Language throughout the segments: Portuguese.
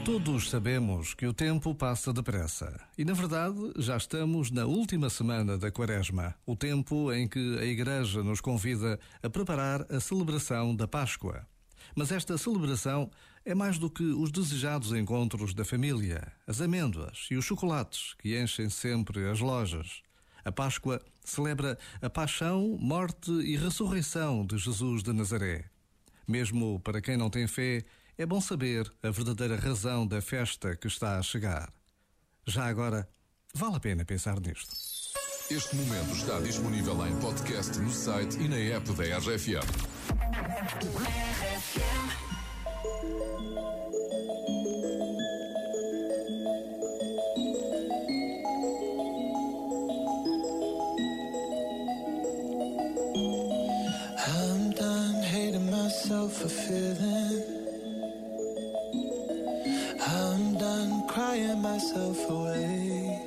Todos sabemos que o tempo passa depressa e, na verdade, já estamos na última semana da Quaresma, o tempo em que a Igreja nos convida a preparar a celebração da Páscoa. Mas esta celebração é mais do que os desejados encontros da família, as amêndoas e os chocolates que enchem sempre as lojas. A Páscoa celebra a paixão, morte e ressurreição de Jesus de Nazaré. Mesmo para quem não tem fé, é bom saber a verdadeira razão da festa que está a chegar. Já agora, vale a pena pensar nisto. Este momento está disponível em podcast no site e na app da RFM. I'm done hating myself for feeling. I'm done crying myself away.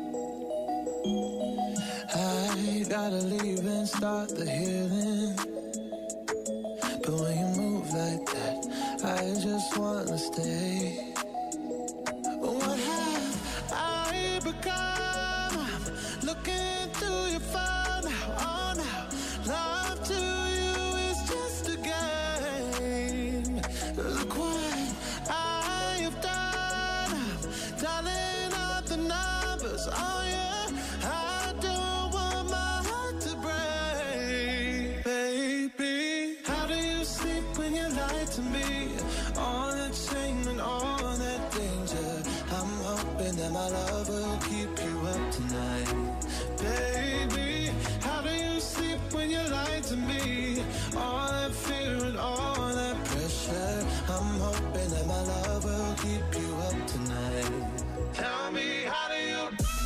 I gotta leave and start the healing. But when you move like that, I just wanna stay. What have I become? I'm looking through your phone now, oh now. Love to you is just a game. Look what I have done. I'm dialing up the numbers, oh yeah. I don't want my heart to break, baby. How do you sleep when you lie to me? All that shame and all that danger. I'm hoping that my love will keep you up tonight, baby. How do you sleep when you lie to me? All that fear and all that pressure. I'm hoping that my love will keep you up tonight. Tell me, how do you?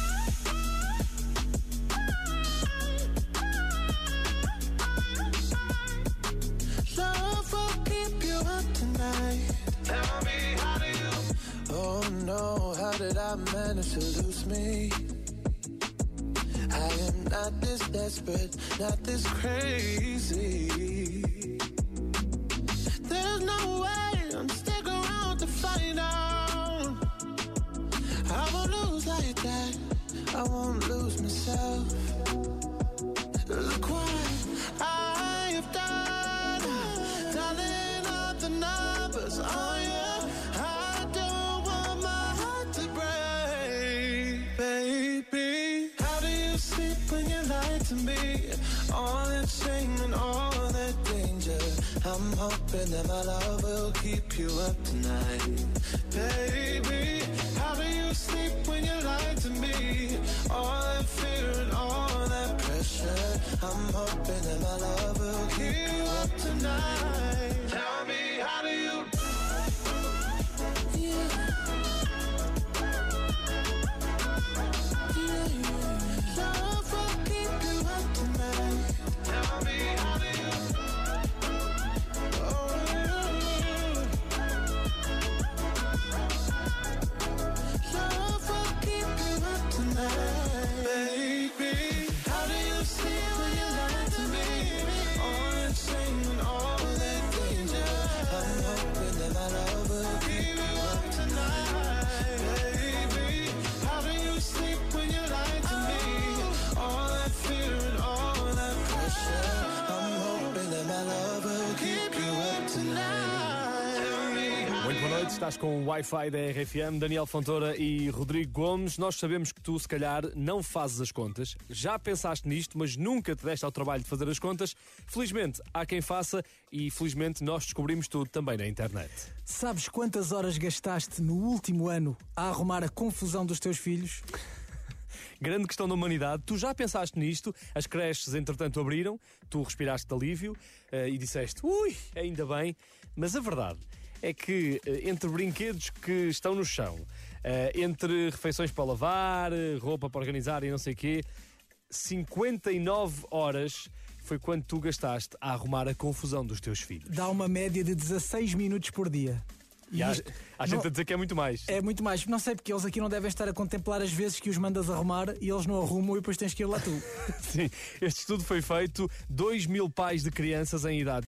Love will keep you up tonight. Tell me, how do you? Oh no, how did I manage to lose me? I am not this desperate, not this crazy. There's no way I'm sticking around to find out. I won't lose like that, I won't lose myself. Look what I have done, dialing up the numbers, oh yeah. I don't want my heart to break, baby. How do you sleep when you lie to me? All that shame and all that danger. I'm hoping that my love will keep you up tonight, baby. How do you sleep when you lie to me? All that fear and all that pressure. I'm hoping that my love will keep you up tonight. Tell me, how do you? Love will keep you up tonight. Tell me, how do you? Love will keep you up tonight, baby. How do you sleep when you lie to me? All that shame and all that danger. I'm hoping that my love will keep you up tonight, baby. How do you sleep when you lie to me? All that fear and all that pressure. I'm hoping that my love will keep you up tonight. Tell me, how Muito boa noite, estás com o Wi-Fi da RFM, Daniel Fontoura e Rodrigo Gomes. Nós sabemos que tu, se calhar, não fazes as contas. Já pensaste nisto, mas nunca te deste ao trabalho de fazer as contas. Felizmente, há quem faça e, felizmente, nós descobrimos tudo também na internet. Sabes quantas horas gastaste no último ano a arrumar a confusão dos teus filhos? Grande questão da humanidade. Tu já pensaste nisto? As creches, entretanto, abriram. Tu respiraste de alívio e disseste, ui, ainda bem. Mas a verdade é que entre brinquedos que estão no chão, entre refeições para lavar, roupa para organizar e não sei o quê, 59 horas foi quando tu gastaste a arrumar a confusão dos teus filhos. Dá uma média de 16 minutos por dia. E há gente a dizer que é muito mais. É muito mais. Não sei, porque eles aqui não devem estar a contemplar as vezes que os mandas arrumar e eles não arrumam e depois tens que ir lá tu. Sim, este estudo foi feito 2.000 pais de crianças em idade